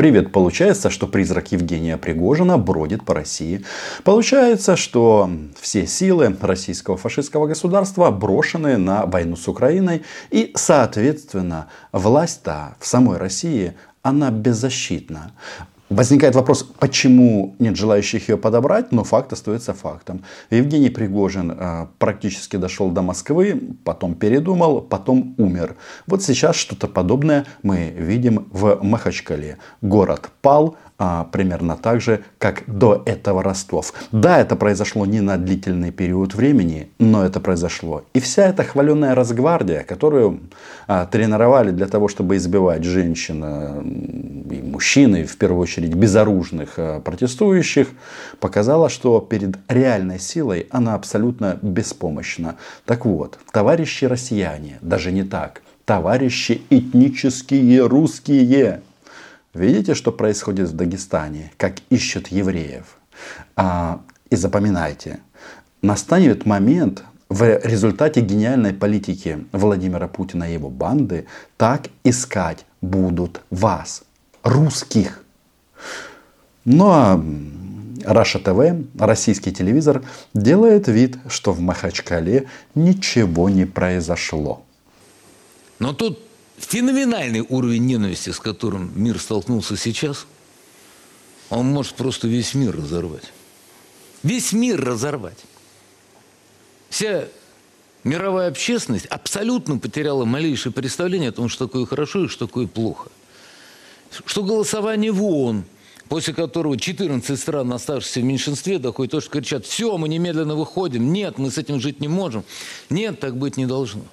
Привет, получается, что призрак Евгения Пригожина бродит по России. Получается, что все силы российского фашистского государства брошены на войну с Украиной. И, соответственно, власть-то в самой России, она беззащитна. Возникает вопрос, почему нет желающих ее подобрать, но факт остается фактом. Евгений Пригожин практически дошел до Москвы, потом передумал, потом умер. Вот сейчас что-то подобное мы видим в Махачкале. Город пал, примерно так же, как до этого Ростов. Да, это произошло не на длительный период времени, но это произошло. И вся эта хваленая Росгвардия, которую тренировали для того, чтобы избивать женщин и мужчин, и в первую очередь безоружных протестующих, показала, что перед реальной силой она абсолютно беспомощна. Так вот, товарищи россияне, даже не так, товарищи этнические русские, видите, что происходит в Дагестане, как ищут евреев. И запоминайте, настанет момент в результате гениальной политики Владимира Путина и его банды, так искать будут вас, русских. Ну а Раша ТВ, российский телевизор, делает вид, что в Махачкале ничего не произошло. Но тут феноменальный уровень ненависти, с которым мир столкнулся сейчас, он может просто весь мир разорвать. Весь мир разорвать. Вся мировая общественность абсолютно потеряла малейшее представление о том, что такое хорошо и что такое плохо. Что голосование в ООН, после которого 14 стран, оставшихся в меньшинстве, доходят то, что кричат: все, мы немедленно выходим, нет, мы с этим жить не можем, нет, так быть не должно.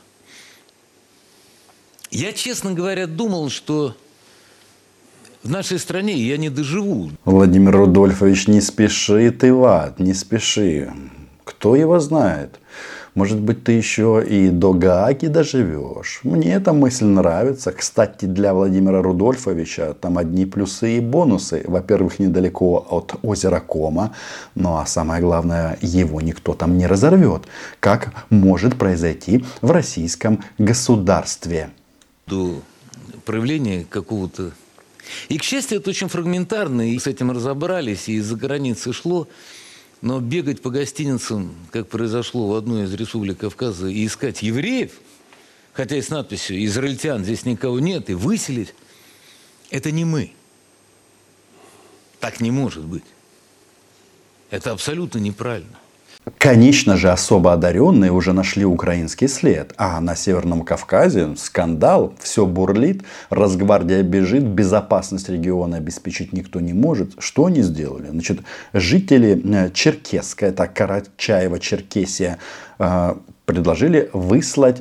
Я, честно говоря, думал, что в нашей стране я не доживу. Владимир Рудольфович, не спеши ты в ад, не спеши. Кто его знает? Может быть, ты еще и до Гааги доживешь. Мне эта мысль нравится. Кстати, для Владимира Рудольфовича там одни плюсы и бонусы. Во-первых, недалеко от озера Кома. Ну а самое главное, его никто там не разорвет. Как может произойти в российском государстве. До проявления какого-то... И, к счастью, это очень фрагментарно, и с этим разобрались, и из-за границы шло. Но бегать по гостиницам, как произошло в одной из республик Кавказа, и искать евреев, хотя и с надписью «Израильтян здесь никого нет», и выселить, это не мы. Так не может быть. Это абсолютно неправильно. Конечно же, особо одаренные уже нашли украинский след. А на Северном Кавказе скандал, все бурлит, Росгвардия бежит, безопасность региона обеспечить никто не может. Что они сделали? Значит, жители Черкесска, это Карачаево-Черкесия, предложили выселить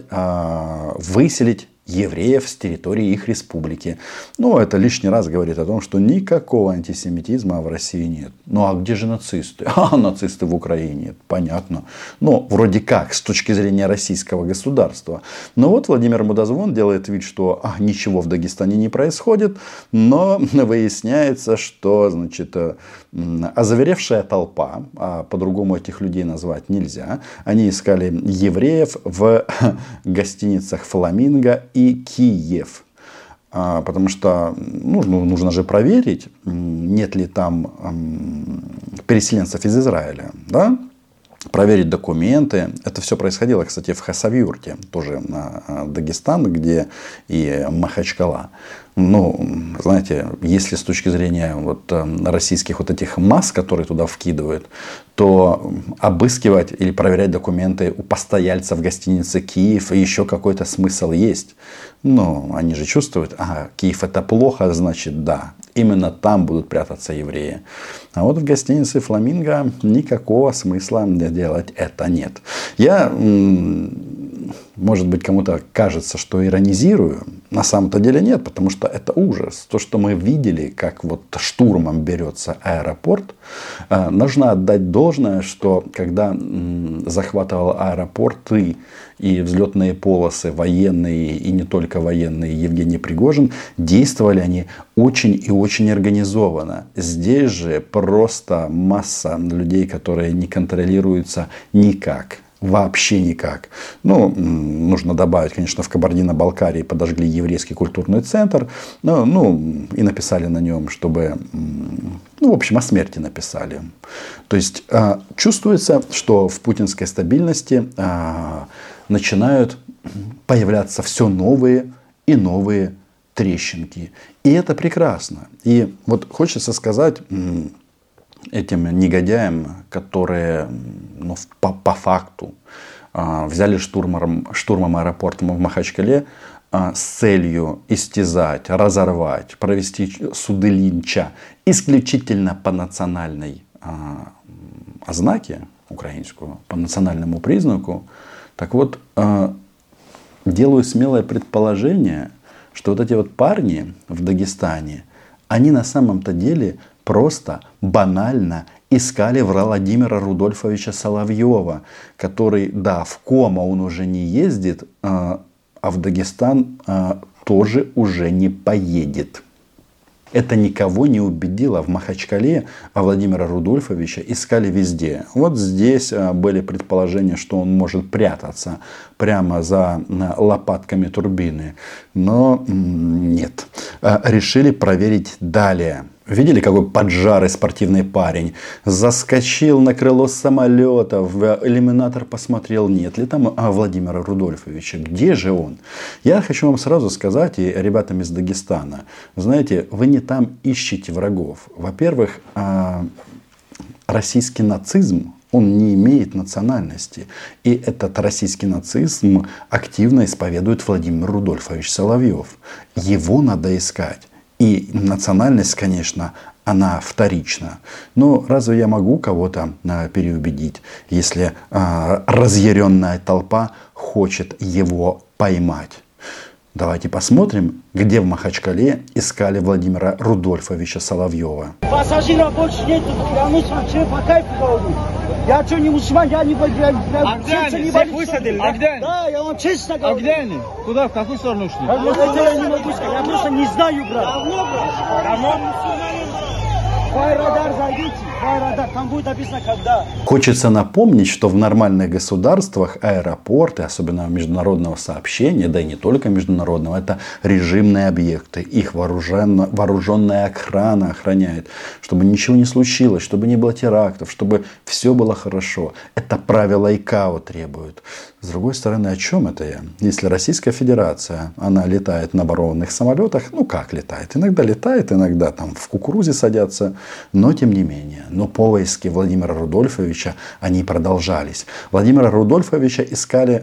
евреев с территории их республики. Ну, это лишний раз говорит о том, что никакого антисемитизма в России нет. Ну, а где же нацисты? Нацисты в Украине. Понятно. Ну, вроде как, с точки зрения российского государства. Но вот Владимир Мудозвон делает вид, что ничего в Дагестане не происходит. Но выясняется, что, значит, озверевшая толпа, по-другому этих людей назвать нельзя, они искали евреев в гостиницах «Фламинго» и Киев. Потому что нужно же проверить, нет ли там переселенцев из Израиля. Да? Проверить документы. Это все происходило, кстати, в Хасавюрте, тоже на Дагестан, где и Махачкала. Ну, знаете, если с точки зрения вот российских вот этих масс, которые туда вкидывают, то обыскивать или проверять документы у постояльцев гостиницы «Киев» еще какой-то смысл есть. Но они же чувствуют, Киев это плохо, значит да, именно там будут прятаться евреи. А вот в гостинице «Фламинго» никакого смысла делать это нет. Я, может быть, кому-то кажется, что иронизирую. На самом-то деле нет, потому что это ужас. То, что мы видели, как вот штурмом берется аэропорт, нужно отдать должное, что когда захватывал аэропорты и взлетные полосы военные, и не только военные, Евгений Пригожин, действовали они очень и очень организованно. Здесь же просто масса людей, которые не контролируются никак. Вообще никак. Ну, нужно добавить, конечно, в Кабардино-Балкарии подожгли еврейский культурный центр. Ну, и написали на нем, чтобы... Ну, в общем, о смерти написали. То есть, чувствуется, что в путинской стабильности начинают появляться все новые и новые трещинки. И это прекрасно. И вот хочется сказать этим негодяям, которые по факту взяли штурмом аэропорт в Махачкале с целью истязать, разорвать, провести суды линча исключительно по национальной ознаке украинскую, по национальному признаку. Так вот, делаю смелое предположение, что вот эти вот парни в Дагестане, они на самом-то деле просто банально искали Владимира Рудольфовича Соловьева, который, да, в кома он уже не ездит, а в Дагестан тоже уже не поедет. Это никого не убедило. В Махачкале Владимира Рудольфовича искали везде. Вот здесь были предположения, что он может прятаться прямо за лопатками турбины. Но нет. Решили проверить далее. Видели, какой поджарый спортивный парень? Заскочил на крыло самолета, в иллюминатор посмотрел, нет ли там Владимира Рудольфовича. Где же он? Я хочу вам сразу сказать, и ребятам из Дагестана, знаете, вы не там ищете врагов. Во-первых, российский нацизм, он не имеет национальности. И этот российский нацизм активно исповедует Владимир Рудольфович Соловьев. Его надо искать. И национальность, конечно, она вторична. Но разве я могу кого-то переубедить, если разъяренная толпа хочет его поймать? Давайте посмотрим, где в Махачкале искали Владимира Рудольфовича Соловьева. Пассажиров больше нет, я вообще по кайфу говорю. Я что, не мусульман, я не боюсь. А где они? Всех высадили? А где они? Да, я вам честно говорю. А где они? Куда? В какую сторону ушли? Это я не могу сказать, я просто не знаю, брат. Давно? В аэродар зайдите, в аэродар, там будет написано когда. Хочется напомнить, что в нормальных государствах аэропорты, особенно международного сообщения, да и не только международного, это режимные объекты. Их вооруженная охрана охраняет, чтобы ничего не случилось, чтобы не было терактов, чтобы все было хорошо. Это правила ИКАО требуют. С другой стороны, о чем это я? Если Российская Федерация, она летает на вооруженных самолетах, ну как летает? Иногда летает, иногда там в кукурузе садятся, но тем не менее. Но поиски Владимира Рудольфовича, они продолжались. Владимира Рудольфовича искали,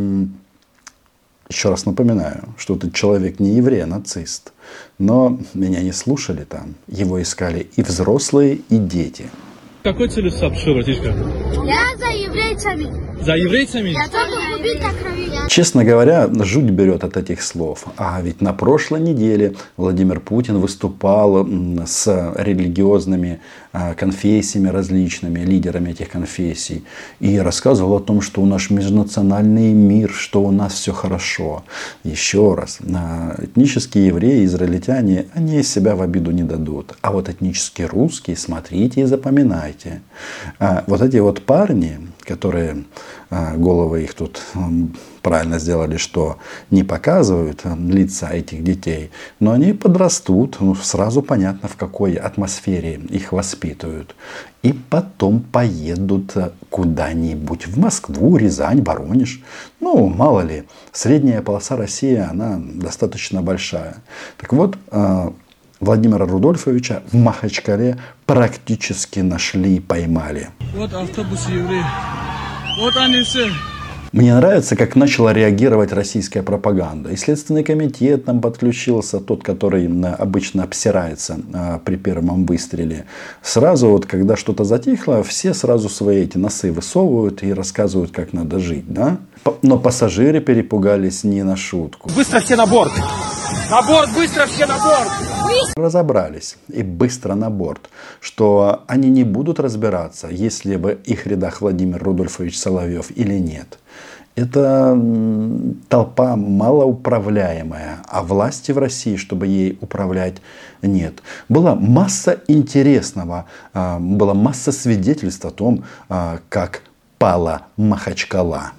еще раз напоминаю, что этот человек не еврей, а нацист. Но меня не слушали там. Его искали и взрослые, и дети. Какой целью сообщил, братишка? Я за еврейцами. За еврейцами? Я только убить на крови. Честно говоря, жуть берет от этих слов. А ведь на прошлой неделе Владимир Путин выступал с религиозными конфессиями различными, лидерами этих конфессий. И рассказывал о том, что у нас межнациональный мир, что у нас все хорошо. Еще раз, этнические евреи, израильтяне, они себя в обиду не дадут. А вот этнические русские, смотрите и запоминайте. Вот эти вот парни, которые головы их тут правильно сделали, что не показывают лица этих детей, но они подрастут, сразу понятно, в какой атмосфере их воспитывают. И потом поедут куда-нибудь, в Москву, Рязань, Воронеж. Ну, мало ли, средняя полоса России, она достаточно большая. Так вот, Владимира Рудольфовича в Махачкале практически нашли и поймали. Вот автобусы евреи. Вот они все. Мне нравится, как начала реагировать российская пропаганда. И Следственный комитет там подключился, тот, который обычно обсирается при первом выстреле. Сразу вот, когда что-то затихло, все сразу свои эти носы высовывают и рассказывают, как надо жить. Да? Но пассажиры перепугались не на шутку. Быстро все на борт! На борт! Быстро все на борт! Разобрались и быстро на борт, что они не будут разбираться, есть ли в их рядах Владимир Рудольфович Соловьев или нет. Это толпа малоуправляемая, а власти в России, чтобы ей управлять, нет. Была масса интересного, была масса свидетельств о том, как пала Махачкала.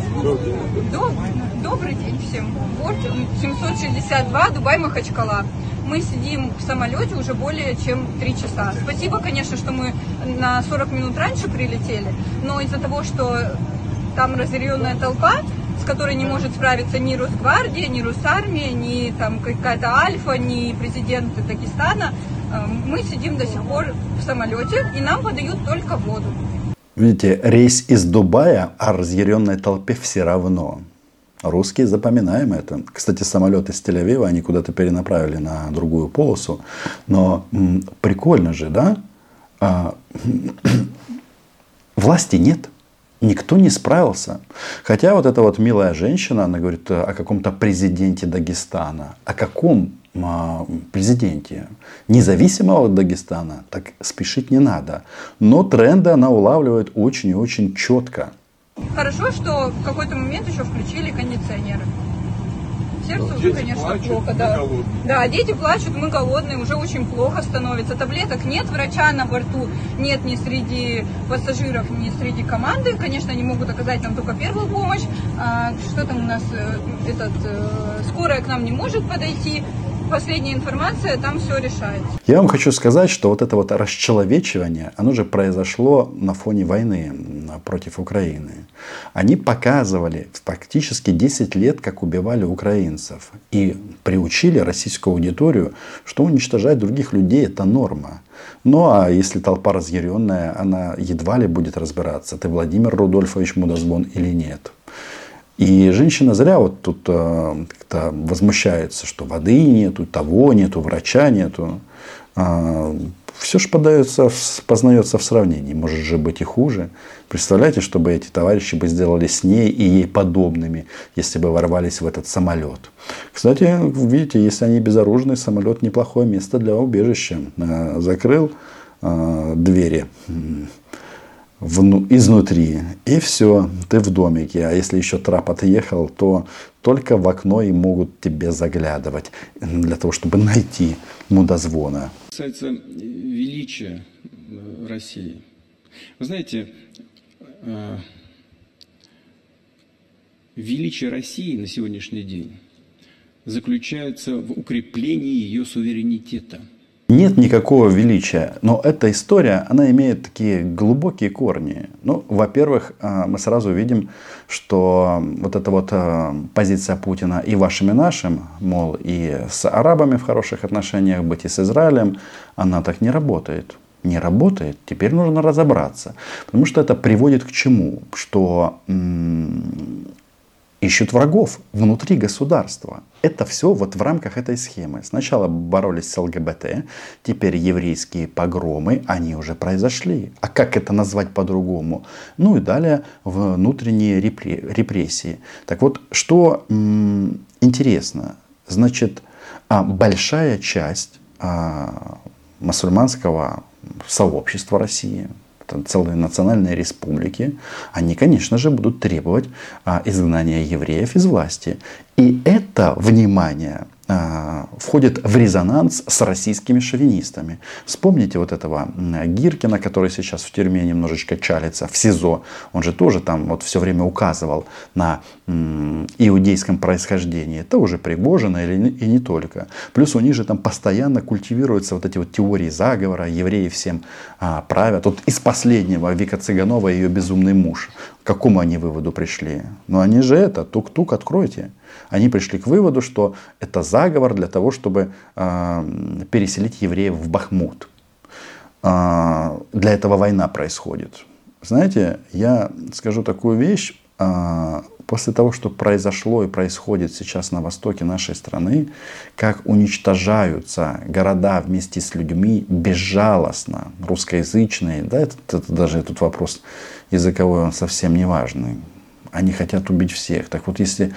Добрый день всем. Борт 762, Дубай, Махачкала. Мы сидим в самолете уже более чем 3 часа. Спасибо, конечно, что мы на 40 минут раньше прилетели, но из-за того, что там разъяренная толпа, с которой не может справиться ни Росгвардия, ни Росармия, ни там какая-то Альфа, ни президент Дагестана, мы сидим до сих пор в самолете, и нам подают только воду. Видите, рейс из Дубая, а разъяренной толпе все равно. Русские запоминаем это. Кстати, самолет из Тель-Авива они куда-то перенаправили на другую полосу. Но прикольно же, да? Власти нет. Никто не справился. Хотя вот эта вот милая женщина, она говорит о каком-то президенте Дагестана. О каком президенте? Независимого от Дагестана. Так спешить не надо. Но тренды она улавливает очень и очень четко. Хорошо, что в какой-то момент еще включили кондиционеры. Сердцу уже, конечно, плохо, да. Да, дети плачут, мы голодные, уже очень плохо становится. Таблеток нет, врача на борту нет ни среди пассажиров, ни среди команды. Конечно, они могут оказать нам только первую помощь. Что там у нас, скорая к нам не может подойти. Последняя информация, там все решается. Я вам хочу сказать, что вот это вот расчеловечивание, оно же произошло на фоне войны против Украины. Они показывали фактически 10 лет, как убивали украинцев. И приучили российскую аудиторию, что уничтожать других людей – это норма. Ну а если толпа разъяренная, она едва ли будет разбираться, ты Владимир Рудольфович Мудозвон или нет. И женщина зря вот тут как-то возмущается, что воды нету, того нету, врача нету. Все же познается в сравнении. Может же быть и хуже. Представляете, что бы эти товарищи бы сделали с ней и ей подобными, если бы ворвались в этот самолет. Кстати, видите, если они безоружные, самолет неплохое место для убежища. Закрыл двери изнутри, и все, ты в домике. А если еще трап отъехал, то только в окно и могут тебе заглядывать для того, чтобы найти мудозвона. Касается величия России. Вы знаете, величие России на сегодняшний день заключается в укреплении ее суверенитета. Нет никакого величия, но эта история, она имеет такие глубокие корни. Ну, во-первых, мы сразу видим, что вот эта вот позиция Путина и вашим, и нашим, мол, и с арабами в хороших отношениях быть, и с Израилем, она так не работает. Не работает, теперь нужно разобраться. Потому что это приводит к чему? Что ищут врагов внутри государства. Это все вот в рамках этой схемы. Сначала боролись с ЛГБТ, теперь еврейские погромы, они уже произошли. А как это назвать по-другому? Ну и далее внутренние репрессии. Так вот, что интересно, значит, большая часть мусульманского сообщества России, целые национальные республики, они, конечно же, будут требовать изгнания евреев из власти. И это, внимание, входит в резонанс с российскими шовинистами. Вспомните вот этого Гиркина, который сейчас в тюрьме немножечко чалится, в СИЗО. Он же тоже там вот все время указывал на иудейском происхождении. Это уже Пригожина и не только. Плюс у них же там постоянно культивируются вот эти вот теории заговора, евреи всем правят. Вот из последнего Вика Цыганова и ее безумный муж. К какому они выводу пришли? Ну они же это, тук-тук, откройте. Они пришли к выводу, что это заговор для того, чтобы переселить евреев в Бахмут. Для этого война происходит. Знаете, я скажу такую вещь. После того, что произошло и происходит сейчас на востоке нашей страны, как уничтожаются города вместе с людьми безжалостно, русскоязычные, да, это даже тут вопрос языковой, он совсем не важный. Они хотят убить всех. Так вот, если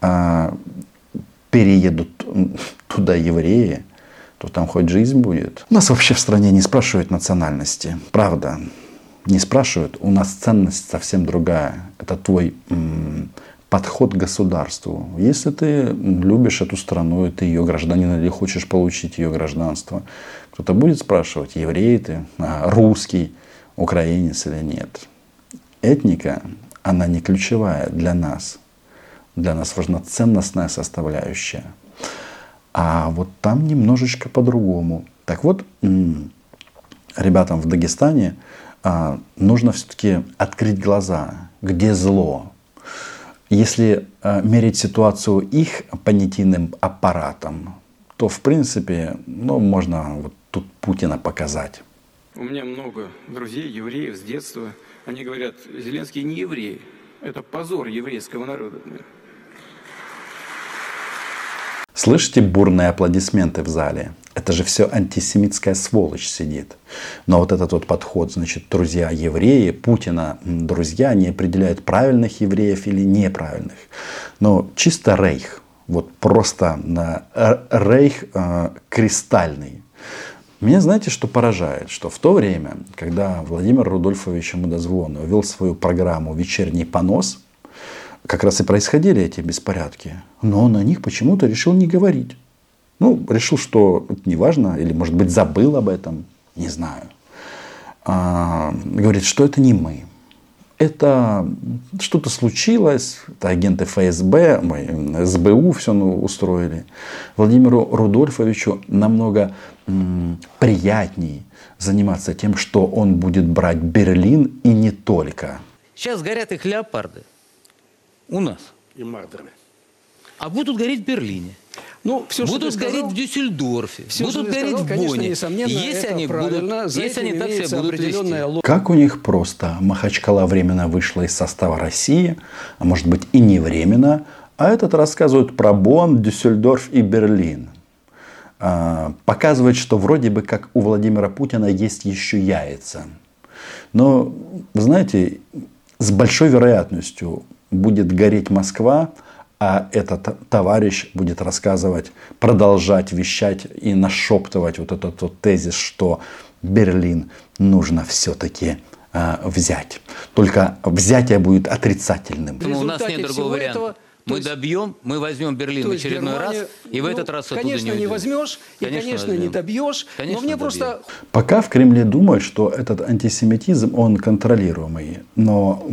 переедут туда евреи, то там хоть жизнь будет. У нас вообще в стране не спрашивают национальности. Правда. Не спрашивают. У нас ценность совсем другая. Это твой подход к государству. Если ты любишь эту страну, и ты ее гражданин, или хочешь получить ее гражданство, кто-то будет спрашивать, еврей ты, русский, украинец или нет. этника, она не ключевая для нас. Для нас важна ценностная составляющая. А вот там немножечко по-другому. Так вот, ребятам в Дагестане нужно все-таки открыть глаза, где зло. Если мерить ситуацию их понятийным аппаратом, то в принципе можно вот тут Путина показать. У меня много друзей, евреев с детства. Они говорят, Зеленский не еврей. Это позор еврейского народа. Слышите бурные аплодисменты в зале? Это же все антисемитская сволочь сидит. Но вот этот вот подход, значит, друзья евреи, Путина друзья, не определяют правильных евреев или неправильных. Но чисто рейх. Вот просто рейх кристальный. Меня знаете, что поражает? Что в то время, когда Владимир Рудольфович Мудозвонов вел свою программу «Вечерний понос», как раз и происходили эти беспорядки. Но он о них почему-то решил не говорить. Решил, что это не важно, или, может быть, забыл об этом, не знаю. Говорит, что это не мы. Это что-то случилось, это агенты ФСБ, СБУ все устроили. Владимиру Рудольфовичу намного приятней заниматься тем, что он будет брать Берлин и не только. Сейчас горят их леопарды у нас. И мардеры. А будут гореть в Берлине. Все, будут гореть в Дюссельдорфе. Будут гореть в Бонне. Если они так себя будут вести. Как у них просто. Махачкала временно вышла из состава России. А может быть и не временно. А этот рассказывает про Бонн, Дюссельдорф и Берлин. Показывает, что вроде бы как у Владимира Путина есть еще яйца. Но, вы знаете, с большой вероятностью будет гореть Москва, а этот товарищ будет рассказывать, продолжать вещать и нашептывать вот этот вот тезис, что Берлин нужно все-таки взять. Только взятие будет отрицательным. У нас нет другого варианта. Мы возьмем Берлин в очередной раз, и в этот раз оттуда конечно, не возьмешь, и, конечно, не добьешь. Конечно, но мне просто... Пока в Кремле думают, что этот антисемитизм, он контролируемый. Но,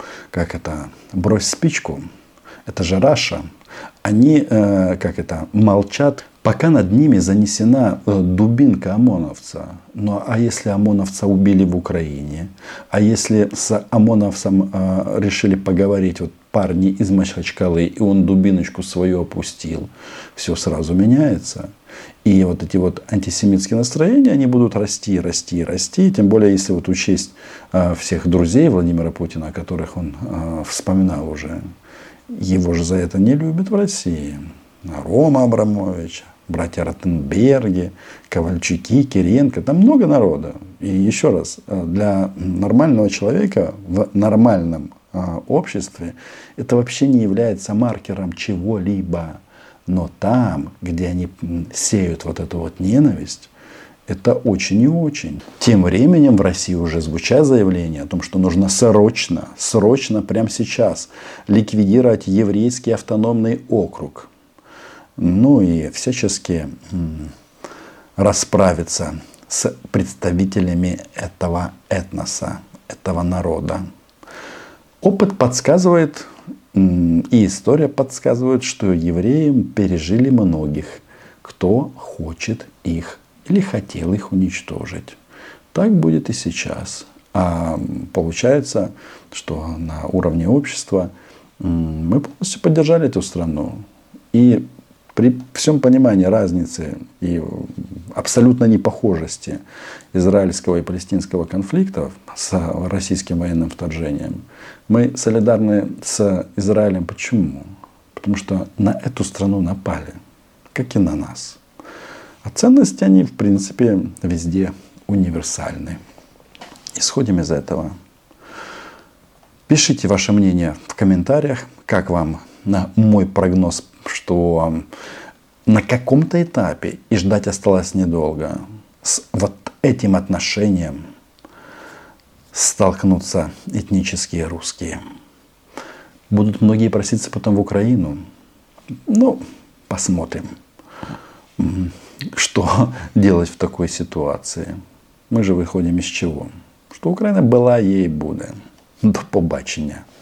брось спичку, это же Раша. Они, молчат, пока над ними занесена дубинка ОМОНовца. А если ОМОНовца убили в Украине? А если с ОМОНовцем решили поговорить парни из Махачкалы, и он дубиночку свою опустил, все сразу меняется. И вот эти антисемитские настроения, они будут расти, расти, расти. Тем более, если учесть всех друзей Владимира Путина, о которых он вспоминал уже. Его же за это не любят в России. Рома Абрамович, братья Ротенберги, Ковальчуки, Кириенко. Там много народа. И еще раз, для нормального человека в нормальном обществе это вообще не является маркером чего-либо. Но там, где они сеют эту ненависть, это очень и очень. Тем временем в России уже звучат заявления о том, что нужно срочно, прямо сейчас ликвидировать еврейский автономный округ. И всячески расправиться с представителями этого этноса, этого народа. Опыт подсказывает, и история подсказывает, что евреи пережили многих, кто хочет их или хотел их уничтожить. Так будет и сейчас. А получается, что на уровне общества мы полностью поддержали эту страну. И при всем понимании разницы и абсолютно непохожести израильского и палестинского конфликтов с российским военным вторжением, мы солидарны с Израилем. Почему? Потому что на эту страну напали, как и на нас. А ценности, они, в принципе, везде универсальны. Исходим из этого. Пишите ваше мнение в комментариях, как вам на мой прогноз, что на каком-то этапе, и ждать осталось недолго, с этим отношением столкнутся этнические русские. Будут многие проситься потом в Украину. Посмотрим, что делать в такой ситуации. Мы же выходим из чего? Что Украина была, ей будет. До побачення.